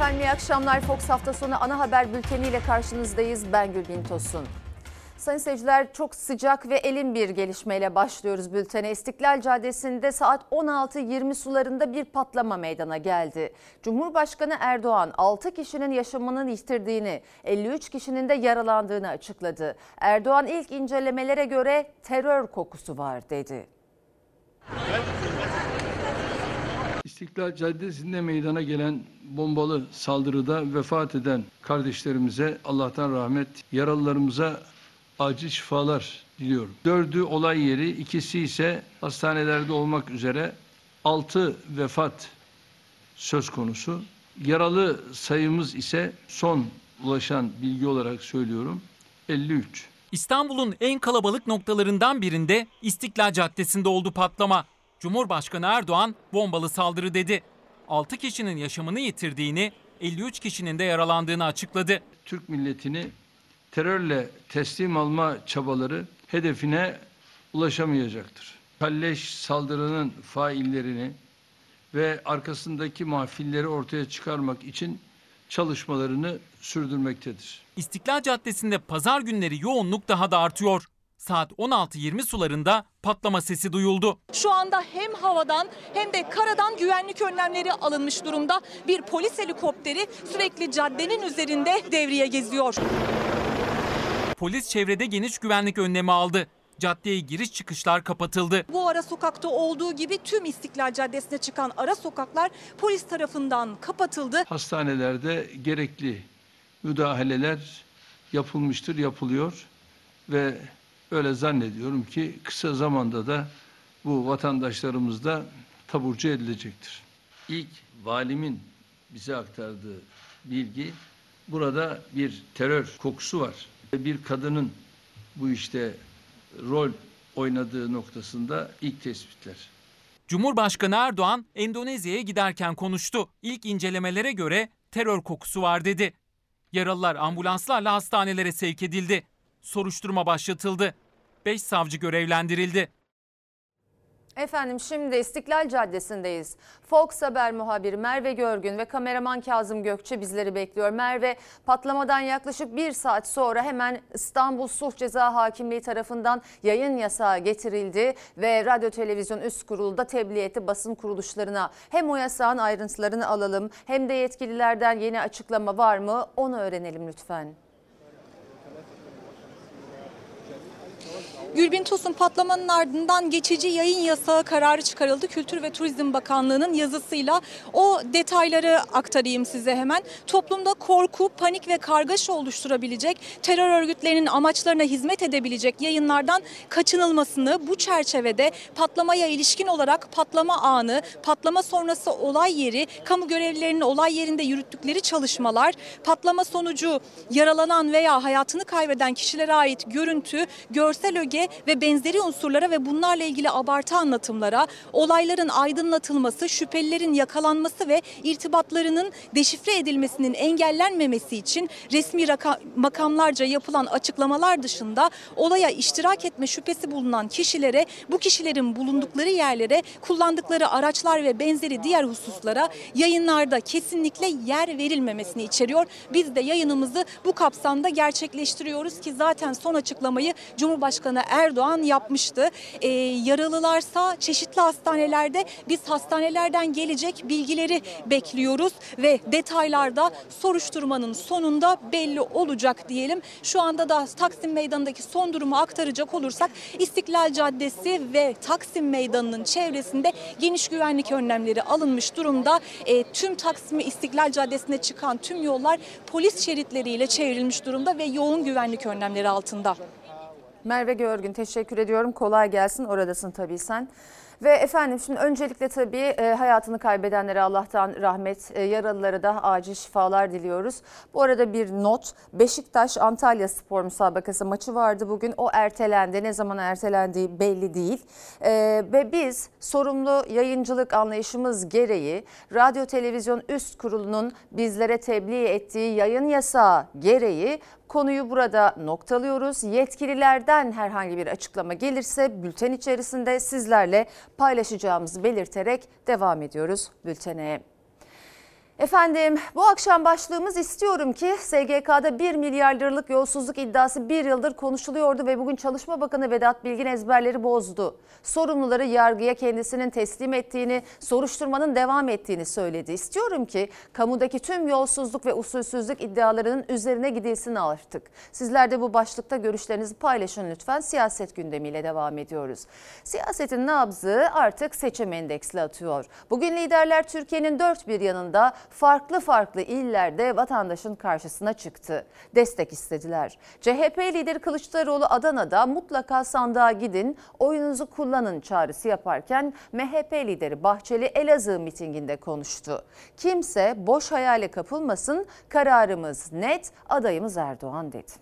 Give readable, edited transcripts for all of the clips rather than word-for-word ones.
Efendim iyi akşamlar. Fox hafta sonu ana haber bülteniyle karşınızdayız. Ben Gülbin Tosun. Sayın seyirciler, çok sıcak ve elin bir gelişmeyle başlıyoruz bültene. İstiklal Caddesi'nde saat 16.20 sularında bir patlama meydana geldi. Cumhurbaşkanı Erdoğan 6 kişinin yaşamını yitirdiğini, 53 kişinin de yaralandığını açıkladı. Erdoğan ilk incelemelere göre terör kokusu var dedi. İstiklal Caddesi'nde meydana gelen bombalı saldırıda vefat eden kardeşlerimize Allah'tan rahmet, yaralılarımıza acil şifalar diliyorum. 4'ü olay yeri, 2'si ise hastanelerde olmak üzere 6 vefat söz konusu. Yaralı sayımız ise son ulaşan bilgi olarak söylüyorum 53. İstanbul'un en kalabalık noktalarından birinde İstiklal Caddesi'nde oldu patlama. Cumhurbaşkanı Erdoğan bombalı saldırı dedi. 6 kişinin yaşamını yitirdiğini, 53 kişinin de yaralandığını açıkladı. Türk milletini terörle teslim alma çabaları hedefine ulaşamayacaktır. Kalleş saldırının faillerini ve arkasındaki mahfilleri ortaya çıkarmak için çalışmalarını sürdürmektedir. İstiklal Caddesi'nde pazar günleri yoğunluk daha da artıyor. Saat 16.20 sularında patlama sesi duyuldu. Şu anda hem havadan hem de karadan güvenlik önlemleri alınmış durumda. Bir polis helikopteri sürekli caddenin üzerinde devriye geziyor. Polis çevrede geniş güvenlik önlemi aldı. Caddeye giriş çıkışlar kapatıldı. Bu ara sokakta olduğu gibi tüm İstiklal Caddesi'ne çıkan ara sokaklar polis tarafından kapatıldı. Hastanelerde gerekli müdahaleler yapılmıştır, yapılıyor ve öyle zannediyorum ki kısa zamanda da bu vatandaşlarımız da taburcu edilecektir. İlk valimin bize aktardığı bilgi, burada bir terör kokusu var. Bir kadının bu işte rol oynadığı noktasında ilk tespitler. Cumhurbaşkanı Erdoğan Endonezya'ya giderken konuştu. İlk incelemelere göre terör kokusu var dedi. Yaralılar ambulanslarla hastanelere sevk edildi. Soruşturma başlatıldı. 5 savcı görevlendirildi. Efendim şimdi İstiklal Caddesi'ndeyiz. Fox Haber muhabiri Merve Görgün ve kameraman Kazım Gökçe bizleri bekliyor. Merve, patlamadan yaklaşık 1 saat sonra hemen İstanbul Sulh Ceza Hakimliği tarafından yayın yasağı getirildi ve Radyo Televizyon Üst Kurulu da tebliğ etti basın kuruluşlarına. Hem o yasağın ayrıntılarını alalım hem de yetkililerden yeni açıklama var mı onu öğrenelim lütfen. Gülbin Tosun, patlamanın ardından geçici yayın yasağı kararı çıkarıldı. Kültür ve Turizm Bakanlığı'nın yazısıyla o detayları aktarayım size hemen. Toplumda korku, panik ve kargaşa oluşturabilecek, terör örgütlerinin amaçlarına hizmet edebilecek yayınlardan kaçınılmasını, bu çerçevede patlamaya ilişkin olarak patlama anı, patlama sonrası olay yeri, kamu görevlilerinin olay yerinde yürüttükleri çalışmalar, patlama sonucu yaralanan veya hayatını kaybeden kişilere ait görüntü, görsel öge ve benzeri unsurlara ve bunlarla ilgili abartı anlatımlara, olayların aydınlatılması, şüphelilerin yakalanması ve irtibatlarının deşifre edilmesinin engellenmemesi için resmi makamlarca yapılan açıklamalar dışında olaya iştirak etme şüphesi bulunan kişilere, bu kişilerin bulundukları yerlere, kullandıkları araçlar ve benzeri diğer hususlara yayınlarda kesinlikle yer verilmemesini içeriyor. Biz de yayınımızı bu kapsamda gerçekleştiriyoruz ki zaten son açıklamayı Cumhurbaşkanı Erdoğan yapmıştı. Yaralılarsa çeşitli hastanelerde, biz hastanelerden gelecek bilgileri bekliyoruz ve detaylarda soruşturmanın sonunda belli olacak diyelim. Şu anda da Taksim Meydanı'ndaki son durumu aktaracak olursak İstiklal Caddesi ve Taksim Meydanı'nın çevresinde geniş güvenlik önlemleri alınmış durumda. Tüm Taksim İstiklal Caddesi'ne çıkan tüm yollar polis şeritleriyle çevrilmiş durumda ve yoğun güvenlik önlemleri altında. Merve Görgün, teşekkür ediyorum. Kolay gelsin. Oradasın tabii sen. Ve efendim şimdi öncelikle tabii hayatını kaybedenlere Allah'tan rahmet, yaralılara da acil şifalar diliyoruz. Bu arada bir not, Beşiktaş Antalya Spor müsabakası maçı vardı bugün. O ertelendi. Ne zaman ertelendiği belli değil. Ve biz sorumlu yayıncılık anlayışımız gereği Radyo Televizyon Üst Kurulu'nun bizlere tebliğ ettiği yayın yasağı gereği konuyu burada noktalıyoruz. Yetkililerden herhangi bir açıklama gelirse bülten içerisinde sizlerle paylaşacağımızı belirterek devam ediyoruz bültene. Efendim bu akşam başlığımız istiyorum ki SGK'da 1 milyar liralık yolsuzluk iddiası bir yıldır konuşuluyordu ve bugün Çalışma Bakanı Vedat Bilgin ezberleri bozdu. Sorumluları yargıya kendisinin teslim ettiğini, soruşturmanın devam ettiğini söyledi. İstiyorum ki kamudaki tüm yolsuzluk ve usulsüzlük iddialarının üzerine gidilsin artık. Sizler de bu başlıkta görüşlerinizi paylaşın lütfen. Siyaset gündemiyle devam ediyoruz. Siyasetin nabzı artık seçim endeksli atıyor. Bugün liderler Türkiye'nin dört bir yanında farklı illerde vatandaşın karşısına çıktı. Destek istediler. CHP lideri Kılıçdaroğlu Adana'da mutlaka sandığa gidin, oyunuzu kullanın çağrısı yaparken MHP lideri Bahçeli Elazığ mitinginde konuştu. Kimse boş hayale kapılmasın, kararımız net, adayımız Erdoğan dedi.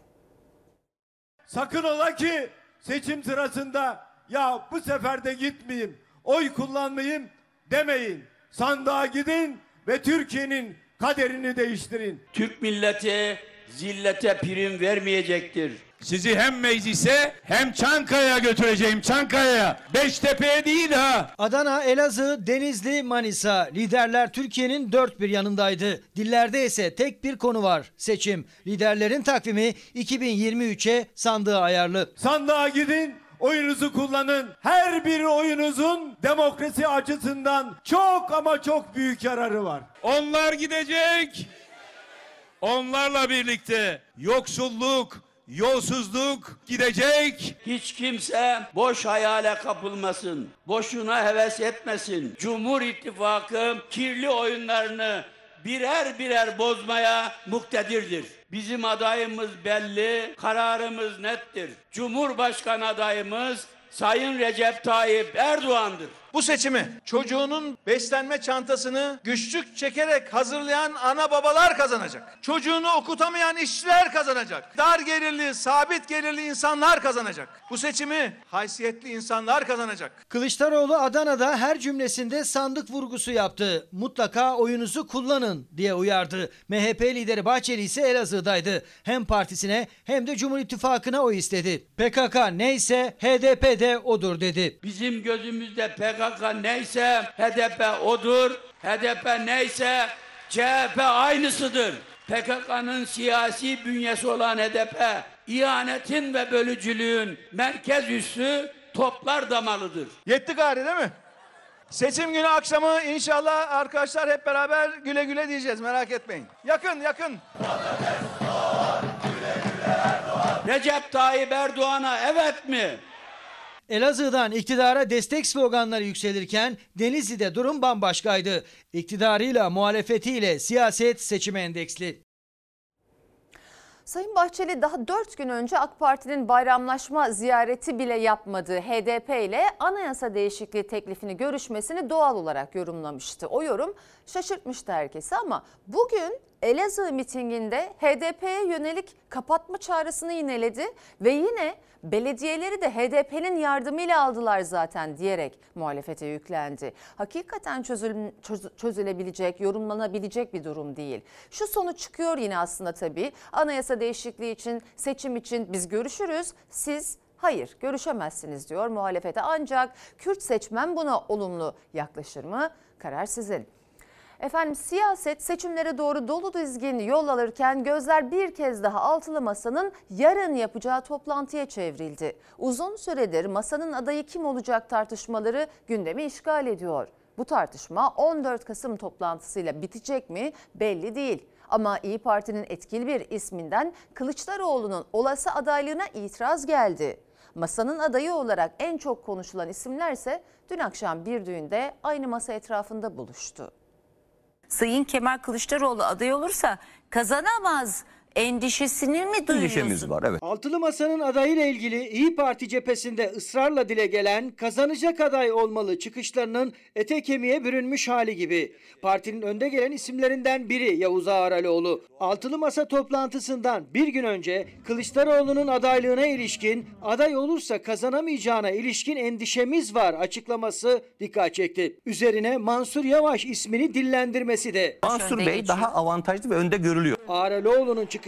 Sakın ola ki seçim sırasında ya bu sefer de gitmeyeyim, oy kullanmayayım demeyin. Sandığa gidin ve Türkiye'nin kaderini değiştirin. Türk milleti zillete prim vermeyecektir. Sizi hem meclise hem Çankaya'ya götüreceğim, Çankaya'ya. Beştepe'ye değil ha. Adana, Elazığ, Denizli, Manisa. Liderler Türkiye'nin dört bir yanındaydı. Dillerde ise tek bir konu var: seçim. Liderlerin takvimi 2023'e sandığa ayarlı. Sandığa gidin, oyunuzu kullanın. Her bir oyunuzun demokrasi açısından çok ama çok büyük yararı var. Onlar gidecek. Onlarla birlikte yoksulluk, yolsuzluk gidecek. Hiç kimse boş hayale kapılmasın. Boşuna heves etmesin. Cumhur İttifakı kirli oyunlarını birer birer bozmaya muktedirdir. Bizim adayımız belli, kararımız nettir. Cumhurbaşkanı adayımız Sayın Recep Tayyip Erdoğan'dır. Bu seçimi çocuğunun beslenme çantasını güçlük çekerek hazırlayan ana babalar kazanacak. Çocuğunu okutamayan işçiler kazanacak. Dar gelirli, sabit gelirli insanlar kazanacak. Bu seçimi haysiyetli insanlar kazanacak. Kılıçdaroğlu Adana'da her cümlesinde sandık vurgusu yaptı. Mutlaka oyunuzu kullanın diye uyardı. MHP lideri Bahçeli ise Elazığ'daydı. Hem partisine hem de Cumhur İttifakı'na oy istedi. PKK neyse HDP de odur dedi. Bizim gözümüzde PKK neyse HDP odur. HDP neyse CHP aynısıdır. PKK'nın siyasi bünyesi olan HDP, ihanetin ve bölücülüğün merkez üssü toplar damalıdır. Yetti gari değil mi? Seçim günü akşamı inşallah arkadaşlar hep beraber güle güle diyeceğiz, merak etmeyin. Yakın. Recep Tayyip Erdoğan'a evet mi? Elazığ'dan iktidara destek sloganları yükselirken Denizli'de durum bambaşkaydı. İktidarıyla muhalefetiyle siyaset seçim endeksli. Sayın Bahçeli daha 4 gün önce AK Parti'nin bayramlaşma ziyareti bile yapmadığı HDP ile anayasa değişikliği teklifini görüşmesini doğal olarak yorumlamıştı. O yorum şaşırtmıştı herkesi ama bugün Elazığ mitinginde HDP'ye yönelik kapatma çağrısını yineledi ve yine belediyeleri de HDP'nin yardımıyla aldılar zaten diyerek muhalefete yüklendi. Hakikaten çözülebilecek, yorumlanabilecek bir durum değil. Şu sonuç çıkıyor yine aslında tabii. Anayasa değişikliği için, seçim için biz görüşürüz, siz hayır görüşemezsiniz diyor muhalefete. Ancak Kürt seçmen buna olumlu yaklaşır mı? Karar sizin. Efendim siyaset seçimlere doğru dolu dizgin yol alırken gözler bir kez daha altılı masanın yarın yapacağı toplantıya çevrildi. Uzun süredir masanın adayı kim olacak tartışmaları gündemi işgal ediyor. Bu tartışma 14 Kasım toplantısıyla bitecek mi belli değil. Ama İyi Parti'nin etkili bir isminden Kılıçdaroğlu'nun olası adaylığına itiraz geldi. Masanın adayı olarak en çok konuşulan isimlerse dün akşam bir düğünde aynı masa etrafında buluştu. Sayın Kemal Kılıçdaroğlu aday olursa kazanamaz endişesini mi duyuyorsun? Endişemiz var, evet. Altılı Masa'nın adayıyla ilgili İyi Parti cephesinde ısrarla dile gelen kazanacak aday olmalı çıkışlarının ete kemiğe bürünmüş hali gibi. Partinin önde gelen isimlerinden biri Yavuz Ağaralioğlu. Altılı Masa toplantısından bir gün önce Kılıçdaroğlu'nun adaylığına ilişkin aday olursa kazanamayacağına ilişkin endişemiz var açıklaması dikkat çekti. Üzerine Mansur Yavaş ismini dillendirmesi de. Mansur Bey daha avantajlı ve önde görülüyor. Ağaralioğlu'nun çıkışı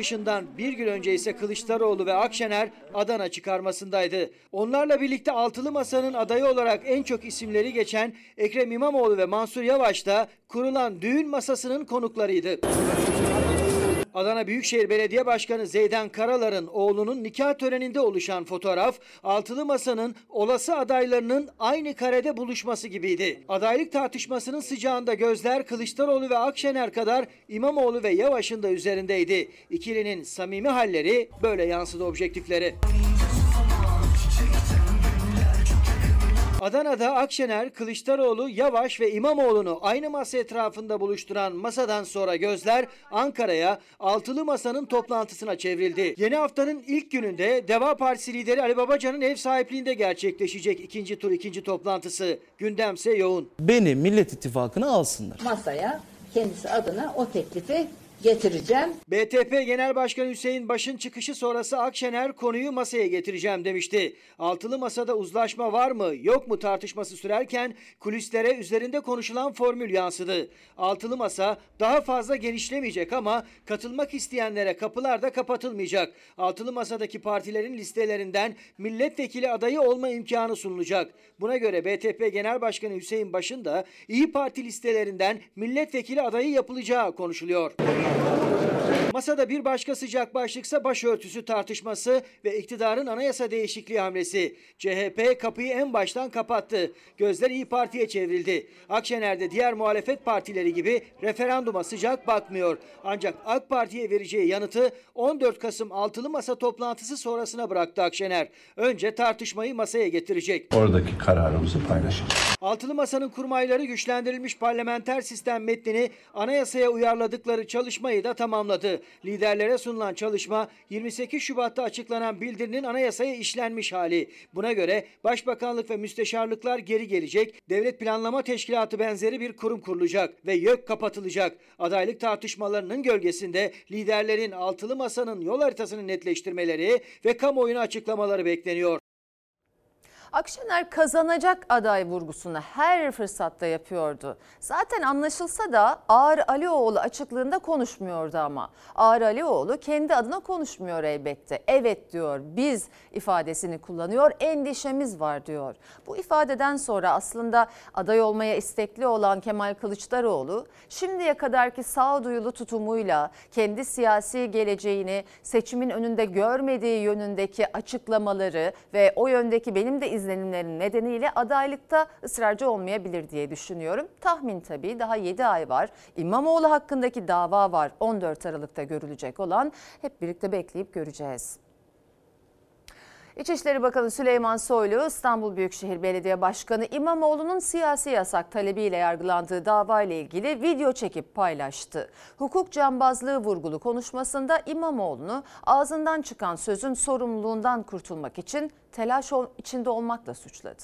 çıkışından bir gün önce ise Kılıçdaroğlu ve Akşener Adana çıkarmasındaydı. Onlarla birlikte altılı masanın adayı olarak en çok isimleri geçen Ekrem İmamoğlu ve Mansur Yavaş da kurulan düğün masasının konuklarıydı. Adana Büyükşehir Belediye Başkanı Zeydan Karalar'ın oğlunun nikah töreninde oluşan fotoğraf, altılı masanın olası adaylarının aynı karede buluşması gibiydi. Adaylık tartışmasının sıcağında gözler Kılıçdaroğlu ve Akşener kadar İmamoğlu ve Yavaş'ın da üzerindeydi. İkilinin samimi halleri böyle yansıdı objektiflere. Adana'da Akşener, Kılıçdaroğlu, Yavaş ve İmamoğlu'nu aynı masa etrafında buluşturan masadan sonra gözler Ankara'ya altılı masanın toplantısına çevrildi. Yeni haftanın ilk gününde Deva Partisi lideri Ali Babacan'ın ev sahipliğinde gerçekleşecek ikinci toplantısı. Gündemse yoğun. Beni Millet İttifakı'na alsınlar. Masaya kendisi adına o teklifi getireceğim. BTP Genel Başkanı Hüseyin Baş'ın çıkışı sonrası Akşener konuyu masaya getireceğim demişti. Altılı masada uzlaşma var mı yok mu tartışması sürerken kulislere üzerinde konuşulan formül yansıdı. Altılı masa daha fazla genişlemeyecek ama katılmak isteyenlere kapılar da kapatılmayacak. Altılı masadaki partilerin listelerinden milletvekili adayı olma imkanı sunulacak. Buna göre BTP Genel Başkanı Hüseyin Baş'ın da İYİ Parti listelerinden milletvekili adayı yapılacağı konuşuluyor. Masada bir başka sıcak başlıksa başörtüsü tartışması ve iktidarın anayasa değişikliği hamlesi. CHP kapıyı en baştan kapattı. Gözler İYİ Parti'ye çevrildi. Akşener de diğer muhalefet partileri gibi referanduma sıcak bakmıyor. Ancak AK Parti'ye vereceği yanıtı 14 Kasım altılı masa toplantısı sonrasına bıraktı Akşener. Önce tartışmayı masaya getirecek. Oradaki kararımızı paylaşacağız. Altılı masanın kurmayları güçlendirilmiş parlamenter sistem metnini anayasaya uyarladıkları çalışmayı da tamamladı. Liderlere sunulan çalışma 28 Şubat'ta açıklanan bildirinin anayasaya işlenmiş hali. Buna göre Başbakanlık ve müsteşarlıklar geri gelecek, Devlet Planlama Teşkilatı benzeri bir kurum kurulacak ve YÖK kapatılacak. Adaylık tartışmalarının gölgesinde liderlerin altılı masanın yol haritasını netleştirmeleri ve kamuoyuna açıklamaları bekleniyor. Akşener kazanacak aday vurgusunu her fırsatta yapıyordu. Zaten anlaşılsa da Ağar Alioğlu açıklığında konuşmuyordu ama. Ağar Alioğlu kendi adına konuşmuyor elbette. Evet diyor, biz ifadesini kullanıyor, endişemiz var diyor. Bu ifadeden sonra aslında aday olmaya istekli olan Kemal Kılıçdaroğlu şimdiye kadarki sağduyulu tutumuyla kendi siyasi geleceğini seçimin önünde görmediği yönündeki açıklamaları ve o yöndeki benim de izlenimlerin nedeniyle adaylıkta ısrarcı olmayabilir diye düşünüyorum. Tahmin tabii, daha 7 ay var. İmamoğlu hakkındaki dava var, 14 Aralık'ta görülecek olan. Hep birlikte bekleyip göreceğiz. İçişleri Bakanı Süleyman Soylu, İstanbul Büyükşehir Belediye Başkanı İmamoğlu'nun siyasi yasak talebiyle yargılandığı davayla ilgili video çekip paylaştı. Hukuk cambazlığı vurgulu konuşmasında İmamoğlu'nu ağzından çıkan sözün sorumluluğundan kurtulmak için telaş içinde olmakla suçladı.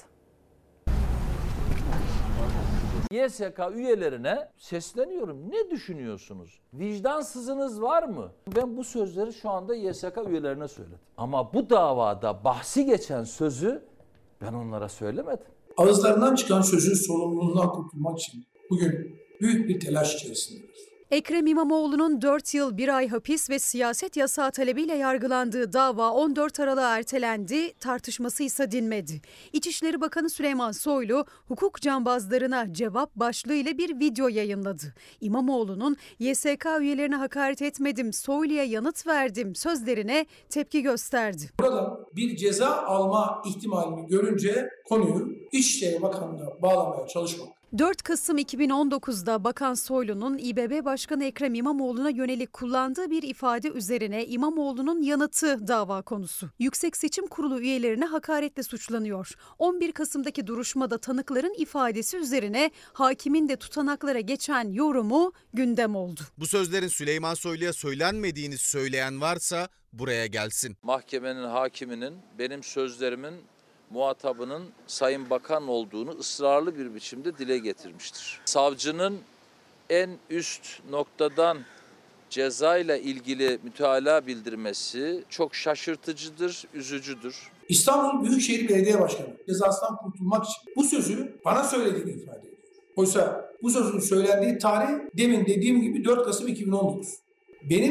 YSK üyelerine sesleniyorum. Ne düşünüyorsunuz? Vicdansızınız var mı? Ben bu sözleri şu anda YSK üyelerine söyledim. Ama bu davada bahsi geçen sözü ben onlara söylemedim. Ağızlarından çıkan sözün sorumluluğundan kurtulmak için bugün büyük bir telaş içerisindeyiz. Ekrem İmamoğlu'nun 4 yıl 1 ay hapis ve siyaset yasağı talebiyle yargılandığı dava 14 Aralık'a ertelendi, tartışması ise dinmedi. İçişleri Bakanı Süleyman Soylu, hukuk cambazlarına cevap başlığıyla bir video yayınladı. İmamoğlu'nun YSK üyelerine hakaret etmedim, Soylu'ya yanıt verdim sözlerine tepki gösterdi. Burada bir ceza alma ihtimalini görünce konuyu İçişleri Bakanlığı'na bağlamaya çalışmak. 4 Kasım 2019'da Bakan Soylu'nun İBB Başkanı Ekrem İmamoğlu'na yönelik kullandığı bir ifade üzerine İmamoğlu'nun yanıtı dava konusu. Yüksek Seçim Kurulu üyelerine hakaretle suçlanıyor. 11 Kasım'daki duruşmada tanıkların ifadesi üzerine hakimin de tutanaklara geçen yorumu gündem oldu. Bu sözlerin Süleyman Soylu'ya söylenmediğini söyleyen varsa buraya gelsin. Mahkemenin hakiminin benim sözlerimin muhatabının Sayın Bakan olduğunu ısrarlı bir biçimde dile getirmiştir. Savcının en üst noktadan cezayla ilgili mütalaa bildirmesi çok şaşırtıcıdır, üzücüdür. İstanbul Büyükşehir Belediye Başkanı cezasından kurtulmak için bu sözü bana söylediğini ifade ediyor. Oysa bu sözün söylendiği tarih demin dediğim gibi 4 Kasım 2019. Benim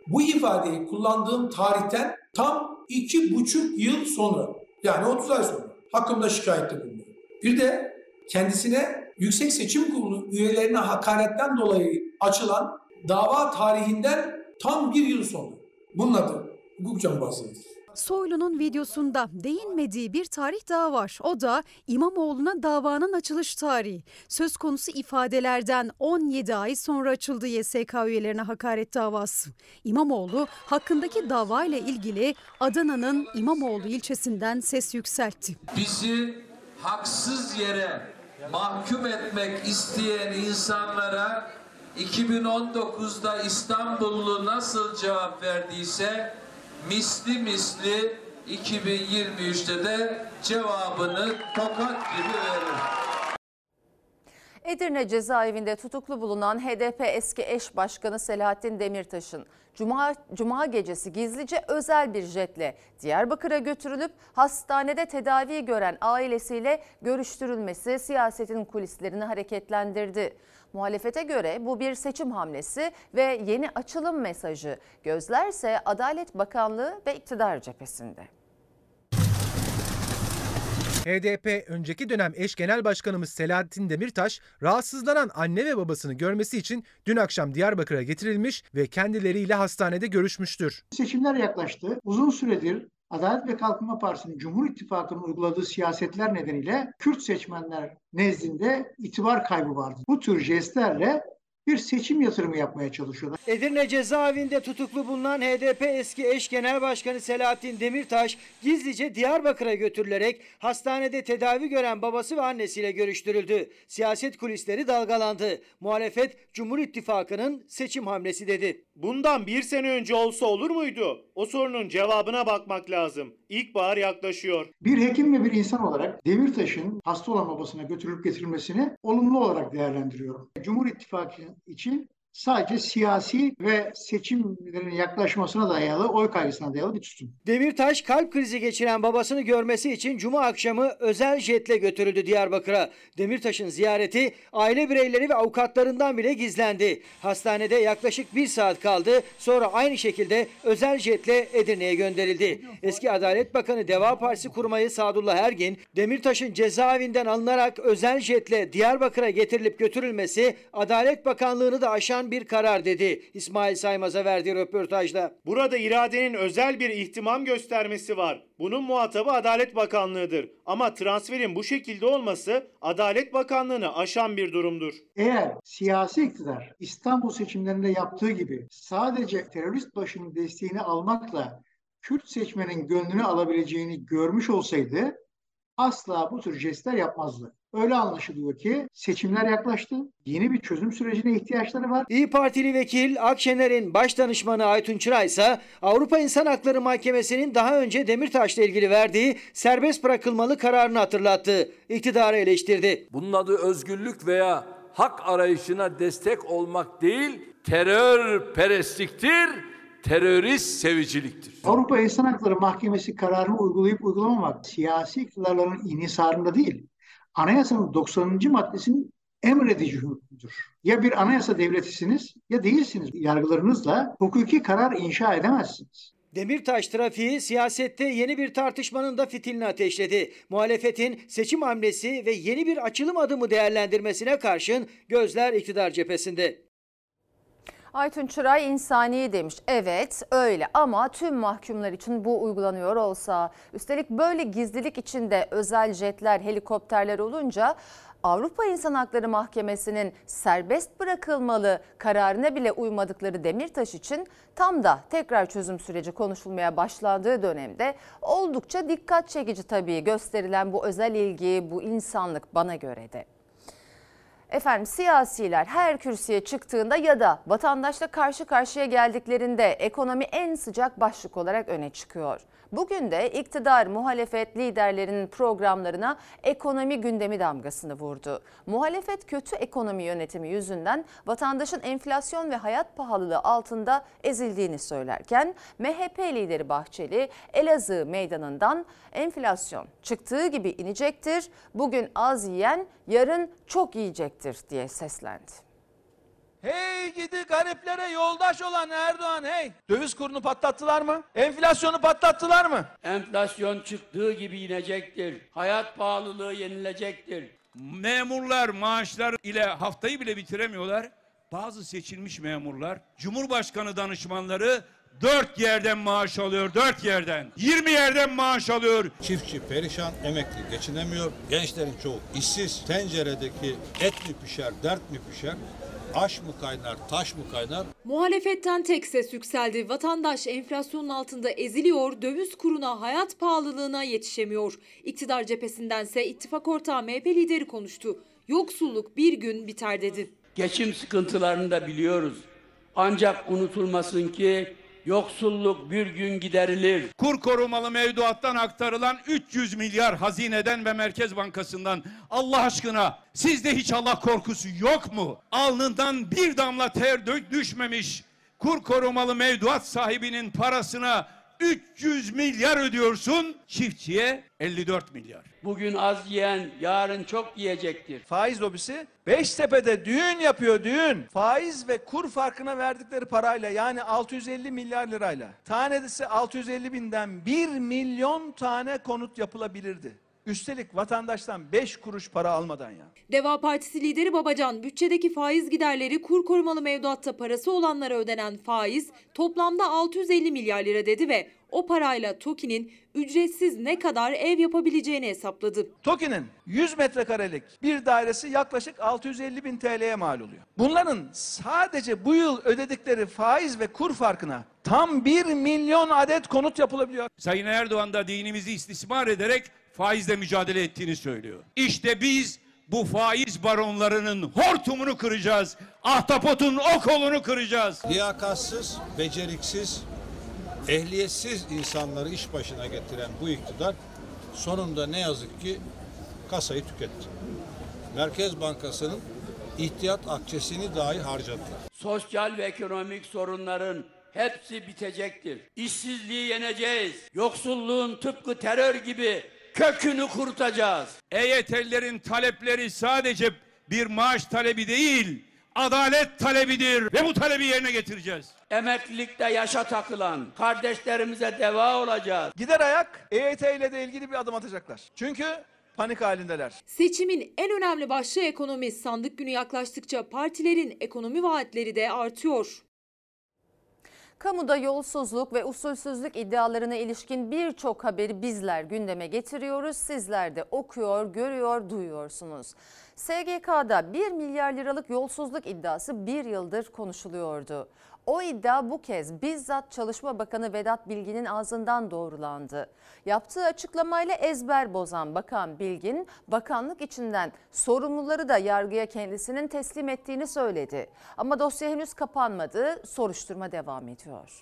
Bu ifadeyi kullandığım tarihten tam 2,5 yıl sonra, yani 30 ay sonra hakkımda şikayette bulunuyor. Bir de kendisine Yüksek Seçim Kurulu üyelerine hakaretten dolayı açılan dava tarihinden tam 1 yıl sonra. Bunun adı hukuk cambazlığıdır. Soylu'nun videosunda değinmediği bir tarih daha var. O da İmamoğlu'na davanın açılış tarihi. Söz konusu ifadelerden 17 ay sonra açıldı YSK üyelerine hakaret davası. İmamoğlu hakkındaki davayla ilgili Adana'nın İmamoğlu ilçesinden ses yükseltti. Bizi haksız yere mahkum etmek isteyen insanlara 2019'da İstanbullu nasıl cevap verdiyse misli 2023'te de cevabını tokat gibi verir. Edirne cezaevinde tutuklu bulunan HDP eski eş başkanı Selahattin Demirtaş'ın Cuma gecesi gizlice özel bir jetle Diyarbakır'a götürülüp hastanede tedavi gören ailesiyle görüştürülmesi siyasetin kulislerini hareketlendirdi. Muhalefete göre bu bir seçim hamlesi ve yeni açılım mesajı. Gözlerse Adalet Bakanlığı ve iktidar cephesinde. HDP önceki dönem eş genel başkanımız Selahattin Demirtaş, rahatsızlanan anne ve babasını görmesi için dün akşam Diyarbakır'a getirilmiş ve kendileriyle hastanede görüşmüştür. Seçimler yaklaştı. Uzun süredir Adalet ve Kalkınma Partisi'nin Cumhur İttifakı'nın uyguladığı siyasetler nedeniyle Kürt seçmenler nezdinde itibar kaybı vardı. Bu tür jestlerle bir seçim yatırımı yapmaya çalışıyorlar. Edirne cezaevinde tutuklu bulunan HDP eski eş genel başkanı Selahattin Demirtaş gizlice Diyarbakır'a götürülerek hastanede tedavi gören babası ve annesiyle görüştürüldü. Siyaset kulisleri dalgalandı. Muhalefet Cumhur İttifakı'nın seçim hamlesi dedi. Bundan 1 sene önce olsa olur muydu? O sorunun cevabına bakmak lazım. İlkbahar yaklaşıyor. Bir hekim ve bir insan olarak Demirtaş'ın hasta olan babasına götürülüp getirilmesini olumlu olarak değerlendiriyorum. Cumhur İttifakı için sadece siyasi ve seçimlerin yaklaşmasına dayalı, oy kaygısına dayalı bir tutum. Demirtaş kalp krizi geçiren babasını görmesi için Cuma akşamı özel jetle götürüldü Diyarbakır'a. Demirtaş'ın ziyareti aile bireyleri ve avukatlarından bile gizlendi. Hastanede yaklaşık 1 saat kaldı. Sonra aynı şekilde özel jetle Edirne'ye gönderildi. Eski Adalet Bakanı Deva Partisi kurmayı Sadullah Ergin, Demirtaş'ın cezaevinden alınarak özel jetle Diyarbakır'a getirilip götürülmesi Adalet Bakanlığı'nı da aşan bir karar dedi. İsmail Saymaz'a verdiği röportajda. Burada iradenin özel bir ihtimam göstermesi var. Bunun muhatabı Adalet Bakanlığı'dır. Ama transferin bu şekilde olması Adalet Bakanlığı'nı aşan bir durumdur. Eğer siyasi iktidar İstanbul seçimlerinde yaptığı gibi sadece terörist başının desteğini almakla Kürt seçmenin gönlünü alabileceğini görmüş olsaydı asla bu tür jestler yapmazdı. Öyle anlaşılıyor ki seçimler yaklaştı. Yeni bir çözüm sürecine ihtiyaçları var. İYİ Partili vekil Akşener'in baş danışmanı Aytun Çıray ise Avrupa İnsan Hakları Mahkemesi'nin daha önce Demirtaş'la ilgili verdiği serbest bırakılmalı kararını hatırlattı. İktidarı eleştirdi. Bunun adı özgürlük veya hak arayışına destek olmak değil, terörperestliktir, terörist seviciliktir. Avrupa İnsan Hakları Mahkemesi kararını uygulayıp uygulamamak siyasi iktidarların inhisarında değil, Anayasanın 90. maddesinin emredici hükmüdür. Ya bir anayasa devletisiniz ya değilsiniz. Yargılarınızla hukuki karar inşa edemezsiniz. Demirtaş trafiği siyasette yeni bir tartışmanın da fitilini ateşledi. Muhalefetin seçim hamlesi ve yeni bir açılım adımı değerlendirmesine karşın gözler iktidar cephesinde. Aytun Çıray insani demiş. Evet öyle ama tüm mahkumlar için bu uygulanıyor olsa, üstelik böyle gizlilik içinde özel jetler, helikopterler olunca Avrupa İnsan Hakları Mahkemesi'nin serbest bırakılmalı kararına bile uymadıkları Demirtaş için tam da tekrar çözüm süreci konuşulmaya başlandığı dönemde oldukça dikkat çekici tabii gösterilen bu özel ilgi, bu insanlık bana göre de. Efendim siyasiler her kürsüye çıktığında ya da vatandaşla karşı karşıya geldiklerinde ekonomi en sıcak başlık olarak öne çıkıyor. Bugün de iktidar muhalefet liderlerinin programlarına ekonomi gündemi damgasını vurdu. Muhalefet kötü ekonomi yönetimi yüzünden vatandaşın enflasyon ve hayat pahalılığı altında ezildiğini söylerken MHP lideri Bahçeli Elazığ meydanından enflasyon çıktığı gibi inecektir, bugün az yiyen yarın çok yiyecektir diye seslendi. Hey gidi gariplere yoldaş olan Erdoğan hey. Döviz kurunu patlattılar mı? Enflasyonu patlattılar mı? Enflasyon çıktığı gibi inecektir. Hayat pahalılığı yenilecektir. Memurlar maaşlar ile haftayı bile bitiremiyorlar. Bazı seçilmiş memurlar, Cumhurbaşkanı danışmanları 4 yerden maaş alıyor, 4 yerden. 20 yerden maaş alıyor. Çiftçi perişan, emekli geçinemiyor. Gençlerin çoğu işsiz. Tenceredeki et mi pişer, dert mi pişer? Aş mı kaynar, taş mı kaynar? Muhalefetten tek ses yükseldi. Vatandaş enflasyonun altında eziliyor, döviz kuruna, hayat pahalılığına yetişemiyor. İktidar cephesindense ittifak ortağı MHP lideri konuştu. Yoksulluk bir gün biter dedi. Geçim sıkıntılarını da biliyoruz. Ancak unutulmasın ki yoksulluk bir gün giderilir. Kur korumalı mevduattan aktarılan 300 milyar hazineden ve Merkez Bankası'ndan Allah aşkına sizde hiç Allah korkusu yok mu? Alnından bir damla ter düşmemiş kur korumalı mevduat sahibinin parasına 300 milyar ödüyorsun, çiftçiye 54 milyar. Bugün az yiyen yarın çok yiyecektir. Faiz lobisi Beştepe'de düğün yapıyor düğün. Faiz ve kur farkına verdikleri parayla yani 650 milyar lirayla tanesi 650 binden 1 milyon tane konut yapılabilirdi. Üstelik vatandaştan 5 kuruş para almadan ya. Deva Partisi lideri Babacan, bütçedeki faiz giderleri kur korumalı mevduatta parası olanlara ödenen faiz toplamda 650 milyar lira dedi ve o parayla TOKİ'nin ücretsiz ne kadar ev yapabileceğini hesapladı. TOKİ'nin 100 metrekarelik bir dairesi yaklaşık 650 bin TL'ye mal oluyor. Bunların sadece bu yıl ödedikleri faiz ve kur farkına tam 1 milyon adet konut yapılabiliyor. Sayın Erdoğan da dinimizi istismar ederek faizle mücadele ettiğini söylüyor. İşte biz bu faiz baronlarının hortumunu kıracağız. Ahtapotun o kolunu kıracağız. Liyakatsız, beceriksiz, ehliyetsiz insanları iş başına getiren bu iktidar sonunda ne yazık ki kasayı tüketti. Merkez Bankası'nın ihtiyat akçesini dahi harcadılar. Sosyal ve ekonomik sorunların hepsi bitecektir. İşsizliği yeneceğiz. Yoksulluğun tıpkı terör gibi kökünü kurutacağız. EYT'lilerin talepleri sadece bir maaş talebi değil, adalet talebidir ve bu talebi yerine getireceğiz. Emeklilikte yaşa takılan kardeşlerimize deva olacağız. Gider ayak EYT ile de ilgili bir adım atacaklar. Çünkü panik halindeler. Seçimin en önemli başlığı ekonomi. Sandık günü yaklaştıkça partilerin ekonomi vaatleri de artıyor. Kamuda yolsuzluk ve usulsüzlük iddialarına ilişkin birçok haberi bizler gündeme getiriyoruz. Sizler de okuyor, görüyor, duyuyorsunuz. SGK'da 1 milyar liralık yolsuzluk iddiası bir yıldır konuşuluyordu. O iddia bu kez bizzat Çalışma Bakanı Vedat Bilgin'in ağzından doğrulandı. Yaptığı açıklamayla ezber bozan Bakan Bilgin, bakanlık içinden sorumluları da yargıya kendisinin teslim ettiğini söyledi. Ama dosya henüz kapanmadı, soruşturma devam ediyor.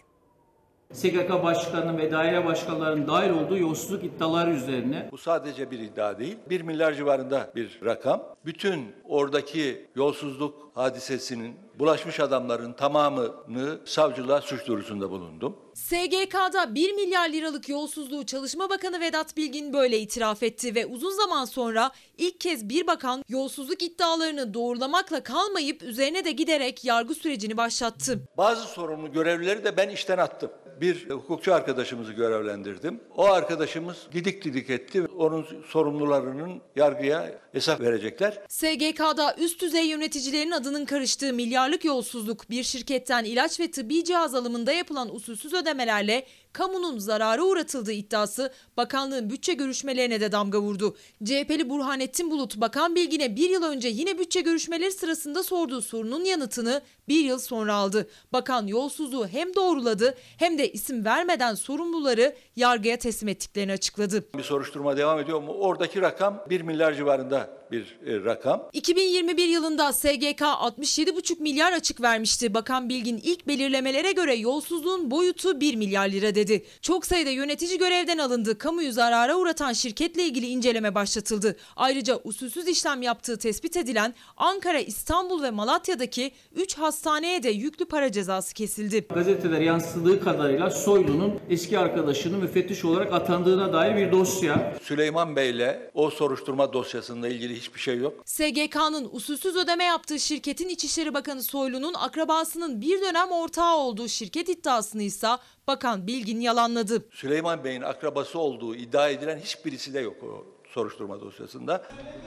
SGK başkanının ve daire başkanlarının dahil olduğu yolsuzluk iddiaları üzerine. Bu sadece bir iddia değil, 1 milyar civarında bir rakam. Bütün oradaki yolsuzluk hadisesinin bulaşmış adamların tamamını savcılığa suç duyurusunda bulundum. SGK'da 1 milyar liralık yolsuzluğu Çalışma Bakanı Vedat Bilgin böyle itiraf etti ve uzun zaman sonra ilk kez bir bakan yolsuzluk iddialarını doğrulamakla kalmayıp üzerine de giderek yargı sürecini başlattı. Bazı sorumlu görevlileri de ben işten attım. Bir hukukçu arkadaşımızı görevlendirdim. O arkadaşımız didik etti. Onun sorumlularının yargıya hesap verecekler. SGK'da üst düzey yöneticilerin adının karıştığı milyarlık yolsuzluk, bir şirketten ilaç ve tıbbi cihaz alımında yapılan usulsüz ödemelerle kamunun zarara uğratıldığı iddiası bakanlığın bütçe görüşmelerine de damga vurdu. CHP'li Burhanettin Bulut, Bakan Bilgin'e bir yıl önce yine bütçe görüşmeleri sırasında sorduğu sorunun yanıtını bir yıl sonra aldı. Bakan yolsuzluğu hem doğruladı hem de isim vermeden sorumluları yargıya teslim ettiklerini açıkladı. Bir soruşturma devam ediyor mu? Oradaki rakam 1 milyar civarında bir rakam. 2021 yılında SGK 67,5 milyar açık vermişti. Bakan Bilgin ilk belirlemelere göre yolsuzluğun boyutu 1 milyar lira dedi. Çok sayıda yönetici görevden alındı. Kamuyu zarara uğratan şirketle ilgili inceleme başlatıldı. Ayrıca usulsüz işlem yaptığı tespit edilen Ankara, İstanbul ve Malatya'daki 3 hastaneye de yüklü para cezası kesildi. Gazetelere yansıdığı kadarıyla Soylu'nun eski arkadaşının müfettiş olarak atandığına dair bir dosya. Süleyman Bey'le o soruşturma dosyasında ilgili ilgili hiçbir şey yok. SGK'nın usulsüz ödeme yaptığı şirketin İçişleri Bakanı Soylu'nun akrabasının bir dönem ortağı olduğu şirket iddiasını ise Bakan Bilgin yalanladı. Süleyman Bey'in akrabası olduğu iddia edilen hiçbirisi de yok o soruşturma dosyasında.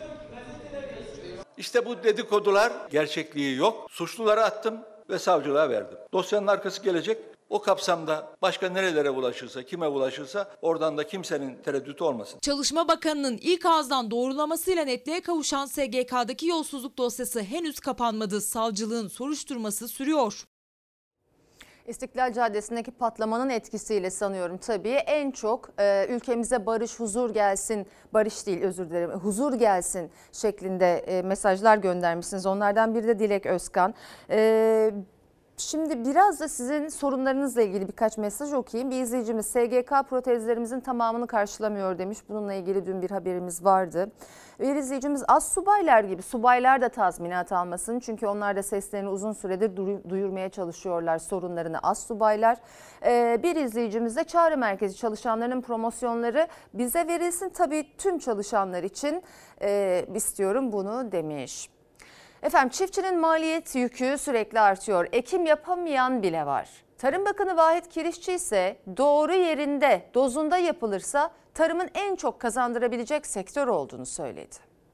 İşte bu dedikodular gerçekliği yok. Suçluları attım ve savcılığa verdim. Dosyanın arkası gelecek. O kapsamda başka nerelere ulaşırsa, kime ulaşırsa oradan da kimsenin tereddütü olmasın. Çalışma Bakanı'nın ilk ağızdan doğrulamasıyla netliğe kavuşan SGK'daki yolsuzluk dosyası henüz kapanmadı. Savcılığın soruşturması sürüyor. İstiklal Caddesi'ndeki patlamanın etkisiyle sanıyorum tabii en çok ülkemize barış, huzur gelsin, barış değil özür dilerim, huzur gelsin şeklinde mesajlar göndermişsiniz. Onlardan biri de Dilek Özkan. Şimdi biraz da sizin sorunlarınızla ilgili birkaç mesaj okuyayım. Bir izleyicimiz SGK protezlerimizin tamamını karşılamıyor demiş. Bununla ilgili dün bir haberimiz vardı. Bir izleyicimiz astsubaylar gibi subaylar da tazminat almasın. Çünkü onlar da seslerini uzun süredir duyurmaya çalışıyorlar sorunlarını astsubaylar. Bir izleyicimiz de çağrı merkezi çalışanlarının promosyonları bize verilsin. Tabii tüm çalışanlar için istiyorum bunu demiş. Efendim çiftçinin maliyet yükü sürekli artıyor. Ekim yapamayan bile var. Tarım Bakanı Vahit Kirişçi ise doğru yerinde, dozunda yapılırsa tarımın en çok kazandırabilecek sektör olduğunu söyledi.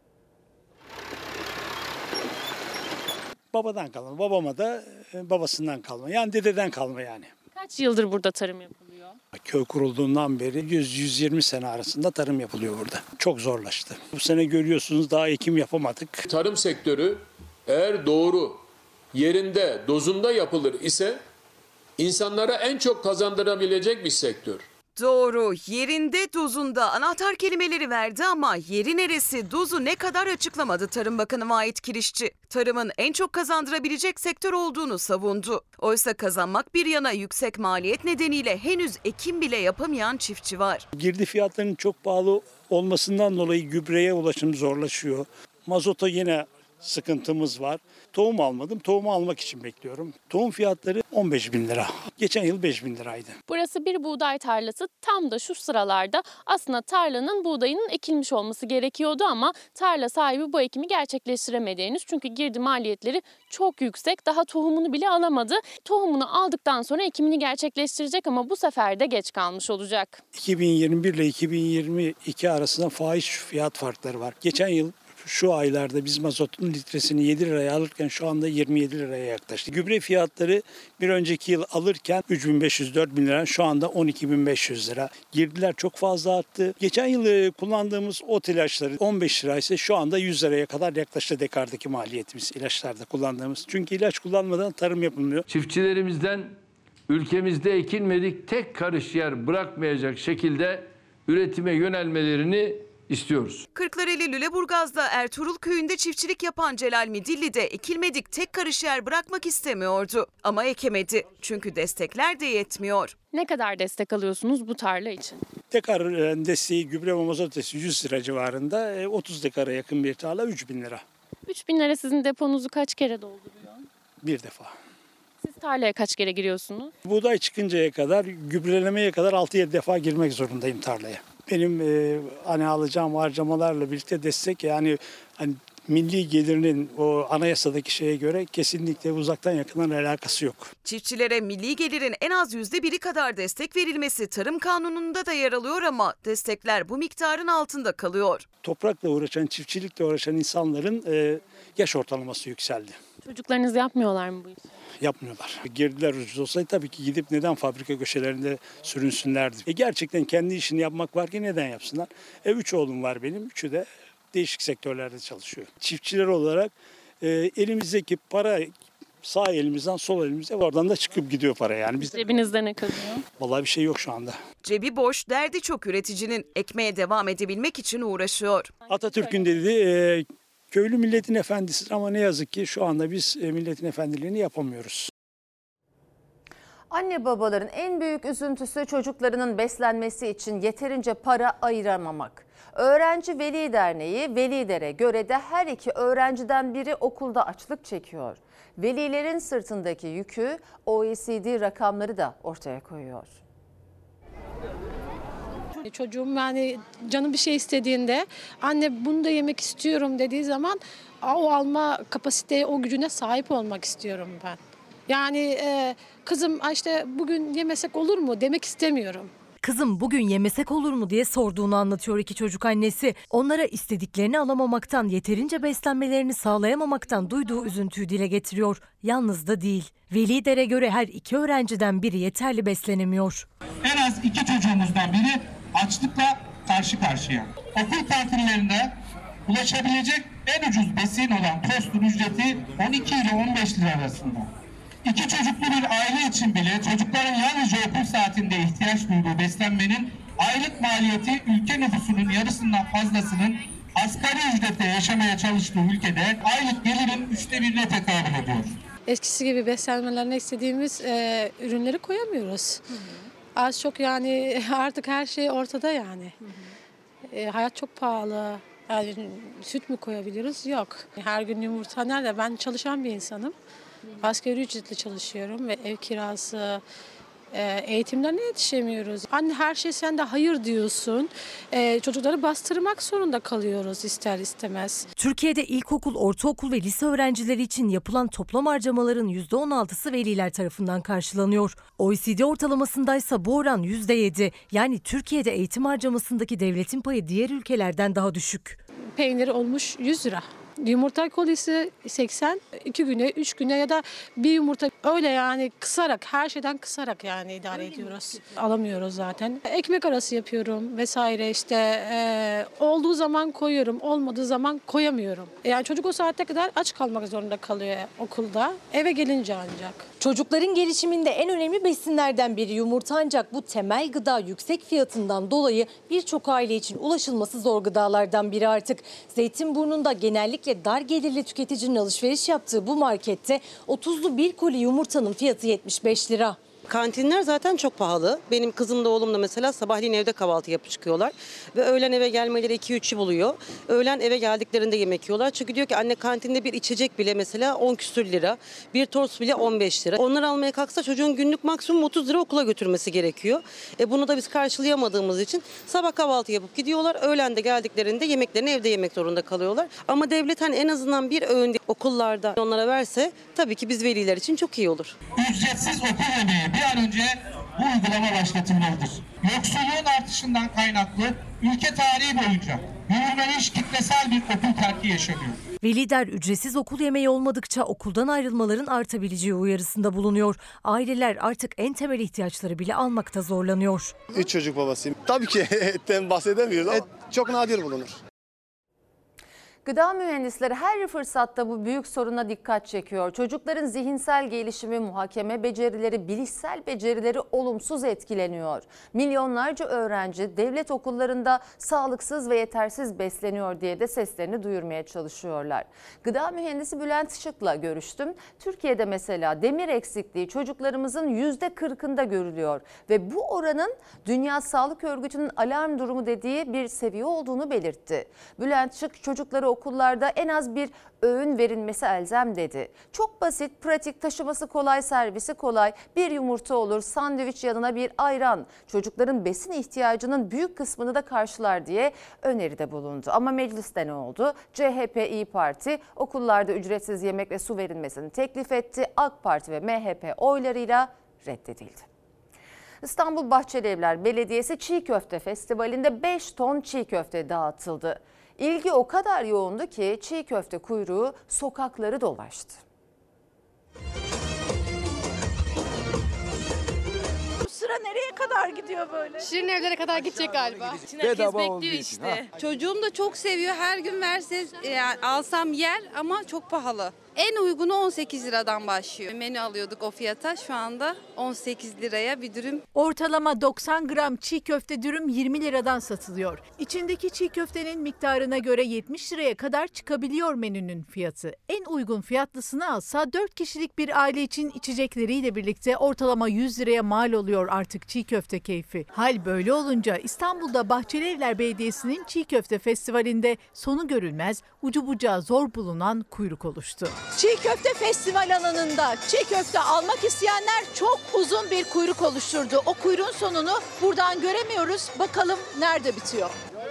Babadan kalma, babama da babasından kalma. Yani dededen kalma yani. Kaç yıldır burada tarım yapılıyor? Köy kurulduğundan beri 100-120 sene arasında tarım yapılıyor burada. Çok zorlaştı. Bu sene görüyorsunuz daha ekim yapamadık. Tarım sektörü eğer doğru, yerinde, dozunda yapılır ise insanlara en çok kazandırabilecek bir sektör. Doğru, yerinde, dozunda anahtar kelimeleri verdi ama yeri neresi, dozu ne kadar açıklamadı Tarım Bakanı Vahit Kirişçi. Tarımın en çok kazandırabilecek sektör olduğunu savundu. Oysa kazanmak bir yana yüksek maliyet nedeniyle henüz ekim bile yapamayan çiftçi var. Girdi fiyatlarının çok pahalı olmasından dolayı gübreye ulaşım zorlaşıyor. Mazota yine sıkıntımız var. Tohum almadım. Tohumu almak için bekliyorum. Tohum fiyatları 15 bin lira. Geçen yıl 5 bin liraydı. Burası bir buğday tarlası. Tam da şu sıralarda aslında tarlanın buğdayının ekilmiş olması gerekiyordu ama tarla sahibi bu ekimi gerçekleştiremedi henüz. Çünkü girdi maliyetleri çok yüksek. Daha tohumunu bile alamadı. Tohumunu aldıktan sonra ekimini gerçekleştirecek ama bu sefer de geç kalmış olacak. 2021 ile 2022 arasında fahiş fiyat farkları var. Geçen yıl şu aylarda biz mazotun litresini 7 liraya alırken şu anda 27 liraya yaklaştı. Gübre fiyatları bir önceki yıl alırken 3.500-4.000 lira, şu anda 12.500 lira. Girdiler çok fazla arttı. Geçen yıl kullandığımız ot ilaçları 15 liraysa şu anda 100 liraya kadar yaklaştı dekardaki maliyetimiz ilaçlarda kullandığımız. Çünkü ilaç kullanmadan tarım yapılmıyor. Çiftçilerimizden ülkemizde ekilmedik tek karış yer bırakmayacak şekilde üretime yönelmelerini istiyoruz. Kırklareli Lüleburgaz'da Ertuğrul köyünde çiftçilik yapan Celal Midilli de ekilmedik tek karış yer bırakmak istemiyordu. Ama ekemedi. Çünkü destekler de yetmiyor. Ne kadar destek alıyorsunuz bu tarla için? Dekar desteği gübre ve mazot desteği 100 lira civarında, 30 dekara yakın bir tarla 3.000 lira. 3.000 lira sizin deponuzu kaç kere dolduruyor? Bir defa. Siz tarlaya kaç kere giriyorsunuz? Buğday çıkıncaya kadar, gübrelemeye kadar 6-7 defa girmek zorundayım tarlaya. Benim hani alacağım harcamalarla birlikte destek, yani hani milli gelirinin o anayasadaki şeye göre kesinlikle uzaktan yakından alakası yok. Çiftçilere milli gelirin en az %1'i kadar destek verilmesi Tarım Kanunu'nda da yer alıyor ama destekler bu miktarın altında kalıyor. Toprakla uğraşan, çiftçilikle uğraşan insanların yaş ortalaması yükseldi. Çocuklarınız yapmıyorlar mı bu işi? Yapmıyorlar. Girdiler ucuz olsaydı tabii ki gidip neden fabrika köşelerinde sürünsünlerdi. Gerçekten kendi işini yapmak varken neden yapsınlar? 3 oğlum var benim. 3'ü de değişik sektörlerde çalışıyor. Çiftçiler olarak elimizdeki para sağ elimizden sol elimize, oradan da çıkıp gidiyor para yani. Cebinizde ne kalıyor? Vallahi bir şey yok şu anda. Cebi boş, derdi çok üreticinin. Ekmeğe devam edebilmek için uğraşıyor. Atatürk'ün dediği köylü milletin efendisidir ama ne yazık ki şu anda biz milletin efendiliğini yapamıyoruz. Anne babaların en büyük üzüntüsü çocuklarının beslenmesi için yeterince para ayıramamak. Öğrenci Veli Derneği, velilere göre de her iki öğrenciden biri okulda açlık çekiyor. Velilerin sırtındaki yükü OECD rakamları da ortaya koyuyor. Çocuğum yani canım bir şey istediğinde anne bunu da yemek istiyorum dediği zaman o alma kapasiteye, o gücüne sahip olmak istiyorum ben. Yani kızım işte bugün yemesek olur mu demek istemiyorum. Kızım bugün yemesek olur mu diye sorduğunu anlatıyor iki çocuk annesi. Onlara istediklerini alamamaktan, yeterince beslenmelerini sağlayamamaktan duyduğu üzüntüyü dile getiriyor. Yalnız da değil. Velilere göre her iki öğrenciden biri yeterli beslenemiyor. En az 2 çocuğumuzdan biri açlıkla karşı karşıya. Okul tatillerinde ulaşabilecek en ucuz besin olan tostun ücreti 12 ile 15 lira arasında. 2 çocuklu bir aile için bile çocukların yalnızca okul saatinde ihtiyaç duyduğu beslenmenin aylık maliyeti ülke nüfusunun yarısından fazlasının asgari ücretle yaşamaya çalıştığı ülkede aylık gelirin 1/3'üne tekabül ediyor. Eskisi gibi beslenmelerine istediğimiz ürünleri koyamıyoruz. Az çok yani artık her şey ortada yani. Hayat çok pahalı. Yani süt mü koyabiliyoruz? Yok. Her gün yumurta nerede? Ben çalışan bir insanım. Asgari ücretle çalışıyorum ve ev kirası, eğitimlerine yetişemiyoruz. Anne her şey sen de hayır diyorsun. Çocukları bastırmak zorunda kalıyoruz ister istemez. Türkiye'de ilkokul, ortaokul ve lise öğrencileri için yapılan toplam harcamaların %16'sı veliler tarafından karşılanıyor. OECD ortalamasındaysa bu oran %7. Yani Türkiye'de eğitim harcamasındaki devletin payı diğer ülkelerden daha düşük. Peyniri olmuş 100 lira. Yumurta kolisi 80, 2 güne, 3 güne ya da bir yumurta öyle yani kısarak, her şeyden kısarak yani idare ediyoruz. Alamıyoruz zaten. Ekmek arası yapıyorum vesaire işte olduğu zaman koyuyorum, olmadığı zaman koyamıyorum. Yani çocuk o saatte kadar aç kalmak zorunda kalıyor okulda, eve gelince ancak. Çocukların gelişiminde en önemli besinlerden biri yumurta ancak bu temel gıda yüksek fiyatından dolayı birçok aile için ulaşılması zor gıdalardan biri artık. Zeytinburnu'nda genellikle dar gelirli tüketicinin alışveriş yaptığı bu markette 30'lu bir koli yumurtanın fiyatı 75 lira. Kantinler zaten çok pahalı. Benim kızım da oğlum da mesela sabahleyin evde kahvaltı yapıp çıkıyorlar. Ve öğlen eve gelmeleri 2-3'ü buluyor. Öğlen eve geldiklerinde yemek yiyorlar. Çünkü diyor ki anne kantinde bir içecek bile mesela 10 küsür lira. Bir tost bile 15 lira. Onları almaya kalksa çocuğun günlük maksimum 30 lira okula götürmesi gerekiyor. Bunu da biz karşılayamadığımız için sabah kahvaltı yapıp gidiyorlar. Öğlen de geldiklerinde yemeklerini evde yemek zorunda kalıyorlar. Ama devlet hani en azından bir öğün okullarda onlara verse tabii ki biz veliler için çok iyi olur. Ücretsiz okul yemeği bir an önce bu uygulama başlatılmalıdır. Yoksulluğun artışından kaynaklı ülke tarihi boyunca görülmemiş kitlesel bir okul terki yaşanıyor. Veliler ücretsiz okul yemeği olmadıkça okuldan ayrılmaların artabileceği uyarısında bulunuyor. Aileler artık en temel ihtiyaçları bile almakta zorlanıyor. 3 çocuk babasıyım. Tabii ki etten bahsedemiyoruz ama çok nadir bulunur. Gıda mühendisleri her fırsatta bu büyük soruna dikkat çekiyor. Çocukların zihinsel gelişimi, muhakeme becerileri, bilişsel becerileri olumsuz etkileniyor. Milyonlarca öğrenci devlet okullarında sağlıksız ve yetersiz besleniyor diye de seslerini duyurmaya çalışıyorlar. Gıda mühendisi Bülent Işık'la görüştüm. Türkiye'de mesela demir eksikliği çocuklarımızın %40'ında görülüyor ve bu oranın Dünya Sağlık Örgütü'nün alarm durumu dediği bir seviye olduğunu belirtti. Bülent Işık çocukları okullarda en az bir öğün verilmesi elzem dedi. Çok basit, pratik, taşıması kolay, servisi kolay. Bir yumurta olur, sandviç yanına bir ayran. Çocukların besin ihtiyacının büyük kısmını da karşılar diye öneride bulundu. Ama mecliste ne oldu? CHP, İYİ Parti okullarda ücretsiz yemek ve su verilmesini teklif etti. AK Parti ve MHP oylarıyla reddedildi. İstanbul Bahçelievler Belediyesi Çiğ Köfte Festivali'nde 5 ton çiğ köfte dağıtıldı. İlgi o kadar yoğundu ki çiğ köfte kuyruğu sokakları dolaştı. Bu sıra nereye kadar gidiyor böyle? Şirin evlere kadar gidecek galiba. Herkes bekliyor işte. Çocuğum da çok seviyor. Her gün verse alsam yer ama çok pahalı. En uygunu 18 liradan başlıyor. Menü alıyorduk o fiyata, şu anda 18 liraya bir dürüm. Ortalama 90 gram çiğ köfte dürüm 20 liradan satılıyor. İçindeki çiğ köftenin miktarına göre 70 liraya kadar çıkabiliyor menünün fiyatı. En uygun fiyatlısını alsa 4 kişilik bir aile için içecekleriyle birlikte ortalama 100 liraya mal oluyor artık çiğ köfte keyfi. Hal böyle olunca İstanbul'da Bahçelievler Belediyesi'nin Çiğ Köfte Festivali'nde sonu görülmez, ucu bucağı zor bulunan kuyruk oluştu. Çiğ Köfte Festival alanında çiğ köfte almak isteyenler çok uzun bir kuyruk oluşturdu. O kuyruğun sonunu buradan göremiyoruz. Bakalım nerede bitiyor?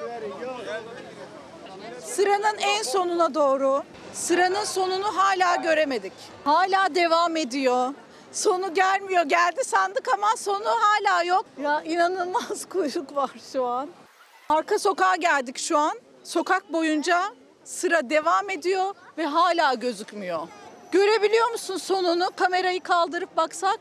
Sıranın en sonuna doğru. Sıranın sonunu hala göremedik. Hala devam ediyor. Sonu gelmiyor. Geldi sandık ama sonu hala yok. Ya inanılmaz kuyruk var şu an. Arka sokağa geldik şu an. Sokak boyunca sıra devam ediyor ve hala gözükmüyor. Görebiliyor musun sonunu? Kamerayı kaldırıp baksak.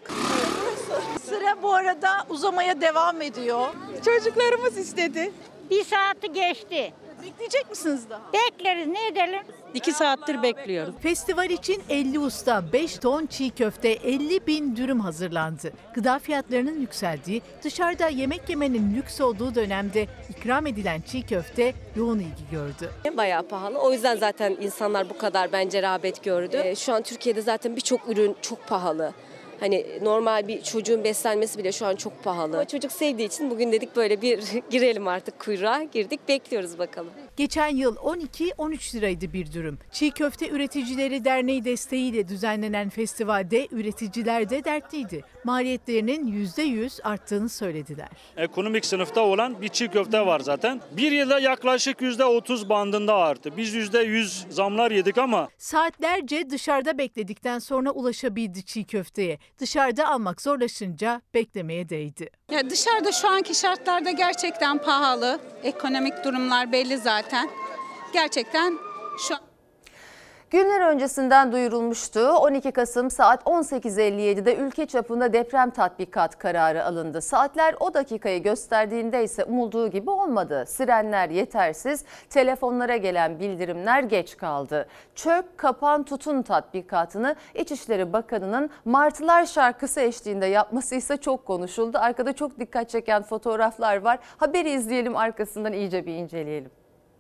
Sıra bu arada uzamaya devam ediyor. Çocuklarımız istedi. 1 saati geçti. Bekleyecek misiniz daha? Bekleriz, ne edelim? 2 saattir bekliyoruz. Festival için 50 usta, 5 ton çiğ köfte, 50 bin dürüm hazırlandı. Gıda fiyatlarının yükseldiği, dışarıda yemek yemenin lüks olduğu dönemde ikram edilen çiğ köfte yoğun ilgi gördü. Bayağı pahalı. O yüzden zaten insanlar bu kadar bence rağbet gördü. Şu an Türkiye'de zaten birçok ürün çok pahalı. Hani normal bir çocuğun beslenmesi bile şu an çok pahalı. Ama çocuk sevdiği için bugün dedik böyle bir girelim artık kuyruğa. Girdik, bekliyoruz bakalım. Geçen yıl 12-13 liraydı bir dürüm. Çiğ Köfte Üreticileri Derneği desteğiyle düzenlenen festivalde üreticiler de dertliydi. Maliyetlerinin %100 arttığını söylediler. Ekonomik sınıfta olan bir çiğ köfte var zaten. Bir yılda yaklaşık %30 bandında arttı. Biz %100 zamlar yedik ama. Saatlerce dışarıda bekledikten sonra ulaşabildi çiğ köfteye. Dışarıda almak zorlaşınca beklemeye değdi. Ya dışarıda şu anki şartlarda gerçekten pahalı. Ekonomik durumlar belli zaten. Gerçekten şu an... Günler öncesinden duyurulmuştu. 12 Kasım saat 18.57'de ülke çapında deprem tatbikat kararı alındı. Saatler o dakikayı gösterdiğinde ise umulduğu gibi olmadı. Sirenler yetersiz, telefonlara gelen bildirimler geç kaldı. Çök, kapan, tutun tatbikatını İçişleri Bakanı'nın Martılar şarkısı eşliğinde yapması ise çok konuşuldu. Arkada çok dikkat çeken fotoğraflar var. Haberi izleyelim, arkasından iyice bir inceleyelim.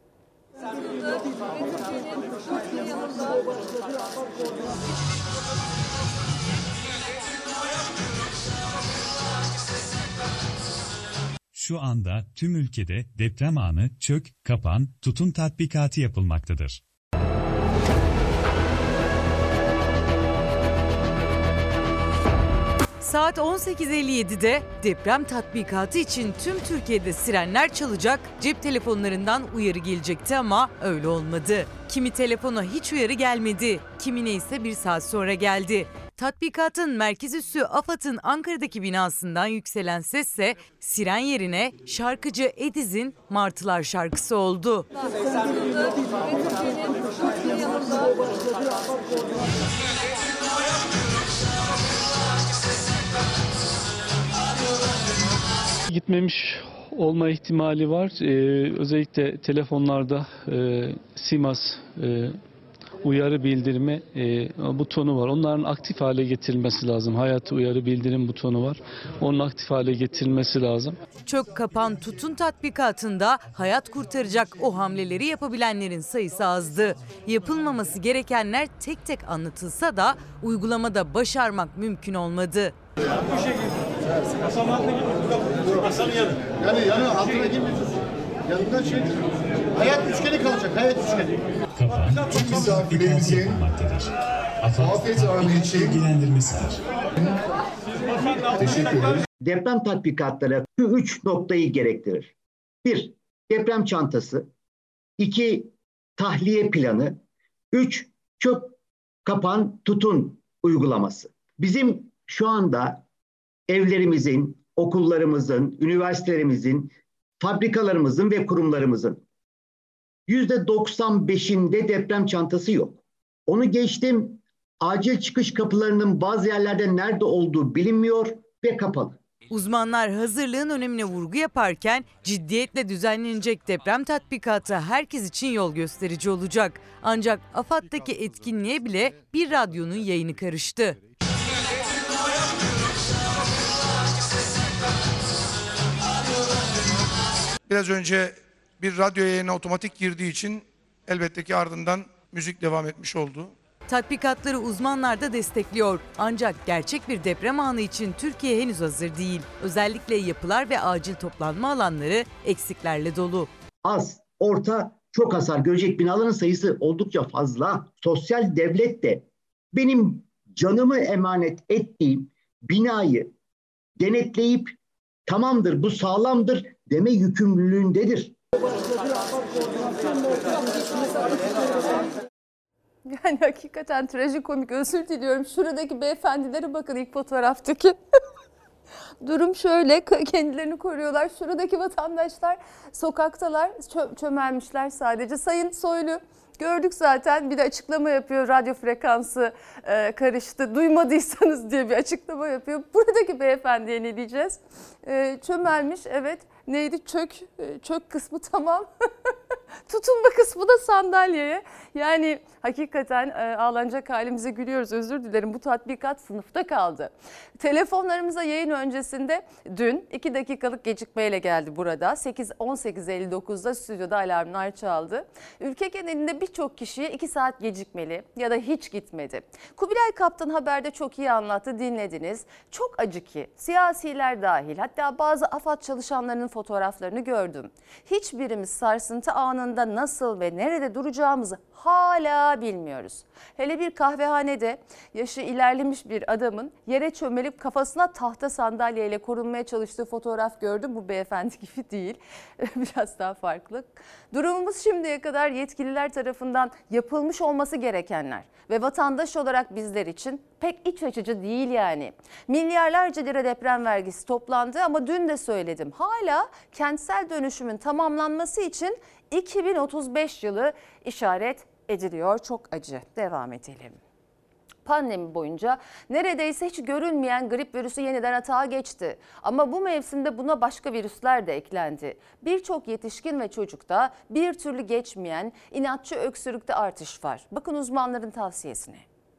Şu anda tüm ülkede deprem anı çök, kapan, tutun tatbikatı yapılmaktadır. Saat 18.57'de deprem tatbikatı için tüm Türkiye'de sirenler çalacak, cep telefonlarından uyarı gelecekti ama öyle olmadı. Kimi telefona hiç uyarı gelmedi, kimine ise 1 saat sonra geldi. Tatbikatın merkez üssü AFAD'ın Ankara'daki binasından yükselen sesse siren yerine şarkıcı Ediz'in Martılar şarkısı oldu. Gitmemiş olma ihtimali var. Özellikle telefonlarda SİMAS uyarı bildirme butonu var. Onların aktif hale getirilmesi lazım. Hayati uyarı bildirim butonu var. Onun aktif hale getirilmesi lazım. Çök, kapan, tutun tatbikatında hayat kurtaracak o hamleleri yapabilenlerin sayısı azdı. Yapılmaması gerekenler tek tek anlatılsa da uygulamada başarmak mümkün olmadı. Yani altına girmiyorsunuz. Yanından şey, hayat üçgeni kalacak, hayat üçgeni. Misafirlerimizin afet anı için ilgilendirmesidir. Teşekkür ederim. Deprem tatbikatları şu 3 noktayı gerektirir. 1. Deprem çantası. 2. Tahliye planı. 3. Çök, kapan, tutun uygulaması. Bizim şu anda evlerimizin, okullarımızın, üniversitelerimizin, fabrikalarımızın ve kurumlarımızın %95'inde deprem çantası yok. Onu geçtim, acil çıkış kapılarının bazı yerlerde nerede olduğu bilinmiyor ve kapalı. Uzmanlar hazırlığın önemine vurgu yaparken ciddiyetle düzenlenecek deprem tatbikatı herkes için yol gösterici olacak. Ancak AFAD'daki etkinliğe bile bir radyonun yayını karıştı. Biraz önce bir radyo yayına otomatik girdiği için elbette ki ardından müzik devam etmiş oldu. Tatbikatları uzmanlar da destekliyor. Ancak gerçek bir deprem anı için Türkiye henüz hazır değil. Özellikle yapılar ve acil toplanma alanları eksiklerle dolu. Az, orta çok hasar görecek binaların sayısı oldukça fazla. Sosyal devlet de benim canımı emanet ettiğim binayı denetleyip tamamdır, bu sağlamdır deme yükümlülüğündedir. Yani hakikaten trajikomik, özür diliyorum. Şuradaki beyefendilere bakın, ilk fotoğraftaki. Durum şöyle, kendilerini koruyorlar. Şuradaki vatandaşlar sokaktalar, çömelmişler sadece. Sayın Soylu, gördük zaten, bir de açıklama yapıyor. Radyo frekansı karıştı, duymadıysanız diye bir açıklama yapıyor. Buradaki beyefendiye ne diyeceğiz? Çömelmiş, evet. Neydi? Çök kısmı tamam. Tutunma kısmı da sandalyeye. Yani hakikaten ağlanacak halimize gülüyoruz. Özür dilerim, bu tatbikat sınıfta kaldı. Telefonlarımıza yayın öncesinde dün 2 dakikalık gecikmeyle geldi burada. 18.59'da stüdyoda alarmlar çaldı. Ülke genelinde birçok kişiye 2 saat gecikmeli ya da hiç gitmedi. Kubilay Kaptan haberde çok iyi anlattı, dinlediniz. Çok acı ki siyasiler dahil, hatta bazı AFAD çalışanlarının fotoğraflarını gördüm. Hiçbirimiz sarsıntı anında nasıl ve nerede duracağımızı hala bilmiyoruz. Hele bir kahvehanede yaşı ilerlemiş bir adamın yere çömelip kafasına tahta sandalyeyle korunmaya çalıştığı fotoğraf gördüm. Bu beyefendi gibi değil. Biraz daha farklı. Durumumuz şimdiye kadar yetkililer tarafından yapılmış olması gerekenler ve vatandaş olarak bizler için pek iç açıcı değil yani. Milyarlarca lira deprem vergisi toplandı ama dün de söyledim. Hala kentsel dönüşümün tamamlanması için 2035 yılı işaret ediliyor. Çok acı. Devam edelim. Pandemi boyunca neredeyse hiç görülmeyen grip virüsü yeniden atağa geçti. Ama bu mevsimde buna başka virüsler de eklendi. Birçok yetişkin ve çocukta bir türlü geçmeyen inatçı öksürükte artış var. Bakın uzmanların tavsiyesine.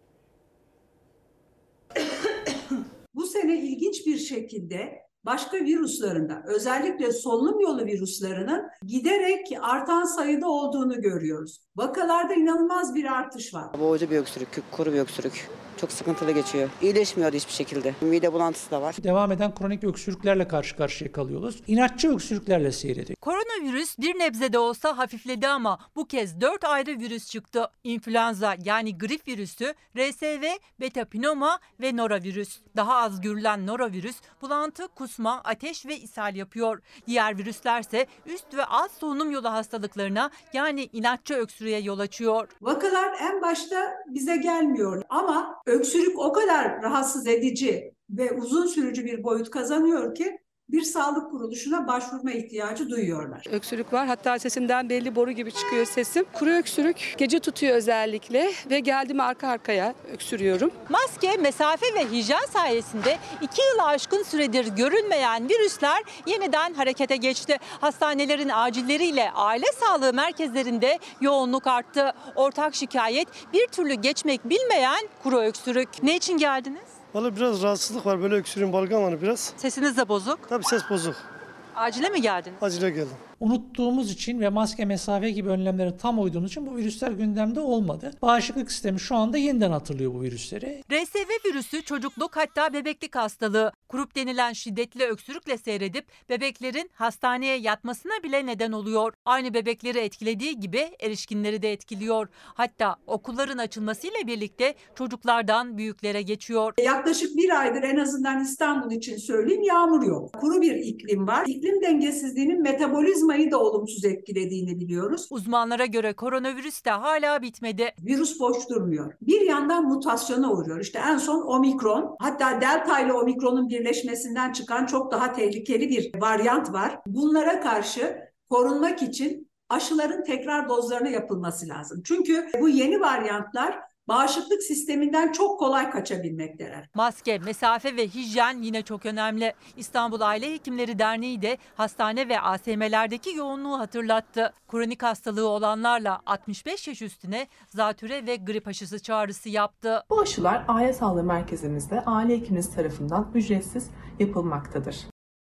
Bu sene ilginç bir şekilde başka virüslerinde, özellikle solunum yolu virüslerinin giderek artan sayıda olduğunu görüyoruz. Vakalarda inanılmaz bir artış var. Boğucu bir öksürük, kuru bir öksürük. Çok sıkıntılı geçiyor. İyileşmiyor hiçbir şekilde. Mide bulantısı da var. Devam eden kronik öksürüklerle karşı karşıya kalıyoruz. İnatçı öksürüklerle seyrediyor. Koronavirüs bir nebze de olsa hafifledi ama bu kez 4 ayrı virüs çıktı. İnfluenza yani grip virüsü, RSV, beta pneuma ve norovirüs. Daha az görülen norovirüs bulantı, kusma, ateş ve ishal yapıyor. Diğer virüslerse üst ve alt solunum yolu hastalıklarına yani inatçı öksürüğe yol açıyor. Vakalar en başta bize gelmiyor ama öksürük o kadar rahatsız edici ve uzun sürücü bir boyut kazanıyor ki bir sağlık kuruluşuna başvurma ihtiyacı duyuyorlar. Öksürük var, hatta sesimden belli boru gibi çıkıyor sesim. Kuru öksürük gece tutuyor özellikle ve geldiğimi arka arkaya öksürüyorum. Maske, mesafe ve hijyen sayesinde 2 yılı aşkın süredir görünmeyen virüsler yeniden harekete geçti. Hastanelerin acilleriyle aile sağlığı merkezlerinde yoğunluk arttı. Ortak şikayet bir türlü geçmek bilmeyen kuru öksürük. Ne için geldiniz? Vallahi biraz rahatsızlık var, böyle öksürüğüm, balgam var biraz. Sesiniz de bozuk. Tabii ses bozuk. Acile mi geldiniz? Acile geldim. Unuttuğumuz için ve maske, mesafe gibi önlemlere tam uyduğumuz için bu virüsler gündemde olmadı. Bağışıklık sistemi şu anda yeniden hatırlıyor bu virüsleri. RSV virüsü çocukluk hatta bebeklik hastalığı. Grup denilen şiddetli öksürükle seyredip bebeklerin hastaneye yatmasına bile neden oluyor. Aynı bebekleri etkilediği gibi erişkinleri de etkiliyor. Hatta okulların açılmasıyla birlikte çocuklardan büyüklere geçiyor. Yaklaşık bir aydır en azından İstanbul için söyleyeyim, yağmur yok. Kuru bir iklim var. İklim dengesizliğinin metabolizmayı da olumsuz etkilediğini biliyoruz. Uzmanlara göre koronavirüs de hala bitmedi. Virüs boş durmuyor. Bir yandan mutasyona uğruyor. İşte en son omikron, hatta delta ile omikronun birleşmesinden çıkan çok daha tehlikeli bir varyant var. Bunlara karşı korunmak için aşıların tekrar dozlarına yapılması lazım. Çünkü bu yeni varyantlar bağışıklık sisteminden çok kolay kaçabilmekteler. Maske, mesafe ve hijyen yine çok önemli. İstanbul Aile Hekimleri Derneği de hastane ve ASM'lerdeki yoğunluğu hatırlattı. Kronik hastalığı olanlarla 65 yaş üstüne zatüre ve grip aşısı çağrısı yaptı. Bu aşılar aile sağlığı merkezimizde aile hekimimiz tarafından ücretsiz yapılmaktadır.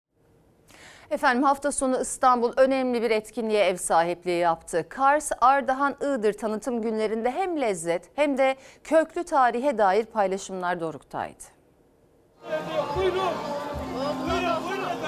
Efendim hafta sonu İstanbul önemli bir etkinliğe ev sahipliği yaptı. Kars, Ardahan, Iğdır tanıtım günlerinde hem lezzet hem de köklü tarihe dair paylaşımlar doruktaydı.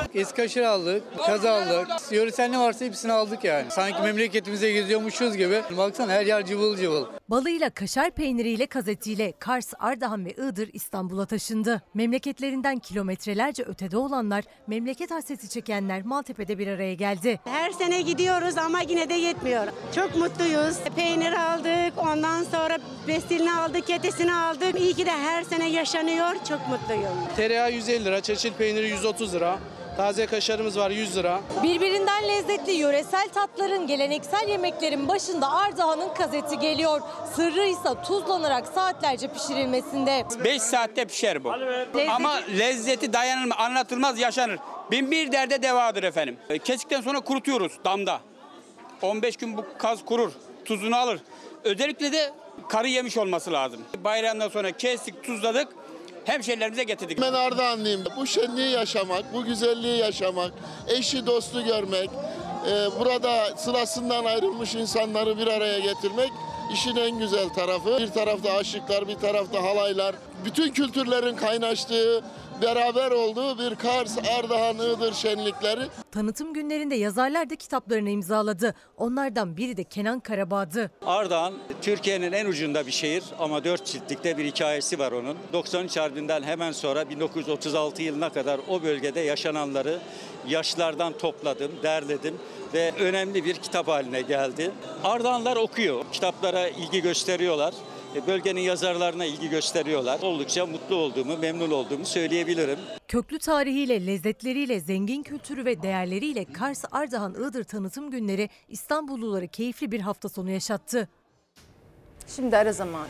İskaşır aldık, kaz aldık. Yöresel ne varsa hepsini aldık yani. Sanki memleketimize geziyormuşuz gibi. Baksana her yer cıvıl cıvıl. Balıyla, kaşar peyniriyle, kaz etiyle Kars, Ardahan ve Iğdır İstanbul'a taşındı. Memleketlerinden kilometrelerce ötede olanlar, memleket hasreti çekenler Maltepe'de bir araya geldi. Her sene gidiyoruz ama yine de yetmiyor. Çok mutluyuz. Peynir aldık, ondan sonra bestilini aldık, ketesini aldık. İyi ki de her sene yaşanıyor. Çok mutluyum. Tereyağı 150 lira, çeçil peyniri 130 lira. Taze kaşarımız var 100 lira. Birbirinden lezzetli yöresel tatların, geleneksel yemeklerin başında Ardahan'ın kaz eti geliyor. Sırrı ise tuzlanarak saatlerce pişirilmesinde. 5 saatte pişer bu. Ama lezzeti dayanılmaz, anlatılmaz, yaşanır. Bin bir derde devadır efendim. Kestikten sonra kurutuyoruz damda. 15 gün bu kaz kurur, tuzunu alır. Özellikle de karı yemiş olması lazım. Bayramdan sonra kestik, tuzladık. Hemşehrilerimize getirdik. Ben Ardahanlıyım. Bu şenliği yaşamak, bu güzelliği yaşamak, eşi dostu görmek, burada sırasından ayrılmış insanları bir araya getirmek işin en güzel tarafı. Bir tarafta aşıklar, bir tarafta halaylar. Bütün kültürlerin kaynaştığı, beraber olduğu bir Kars, Ardahan, Iğdır şenlikleri. Tanıtım günlerinde yazarlar da kitaplarını imzaladı. Onlardan biri de Kenan Karabağ'dı. Ardahan Türkiye'nin en ucunda bir şehir ama 4 ciltlikte bir hikayesi var onun. 93 Harbi'nden hemen sonra 1936 yılına kadar o bölgede yaşananları yaşlardan topladım, derledim ve önemli bir kitap haline geldi. Ardahanlılar okuyor, kitaplara ilgi gösteriyorlar. Bölgenin yazarlarına ilgi gösteriyorlar. Oldukça mutlu olduğumu, memnun olduğumu söyleyebilirim. Köklü tarihiyle, lezzetleriyle, zengin kültürü ve değerleriyle Kars, Ardahan, Iğdır tanıtım günleri İstanbulluları keyifli bir hafta sonu yaşattı. Şimdi ara zamanı.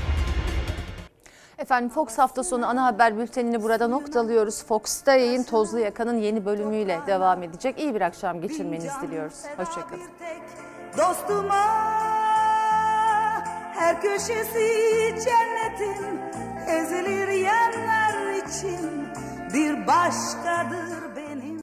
Efendim Fox hafta sonu ana haber bültenini burada noktalıyoruz. Fox'ta yayın Tozlu Yaka'nın yeni bölümüyle devam edecek. İyi bir akşam geçirmenizi diliyoruz. Hoşçakalın. Dostuma her köşesi cennetin, ezilir yerler için bir başkadır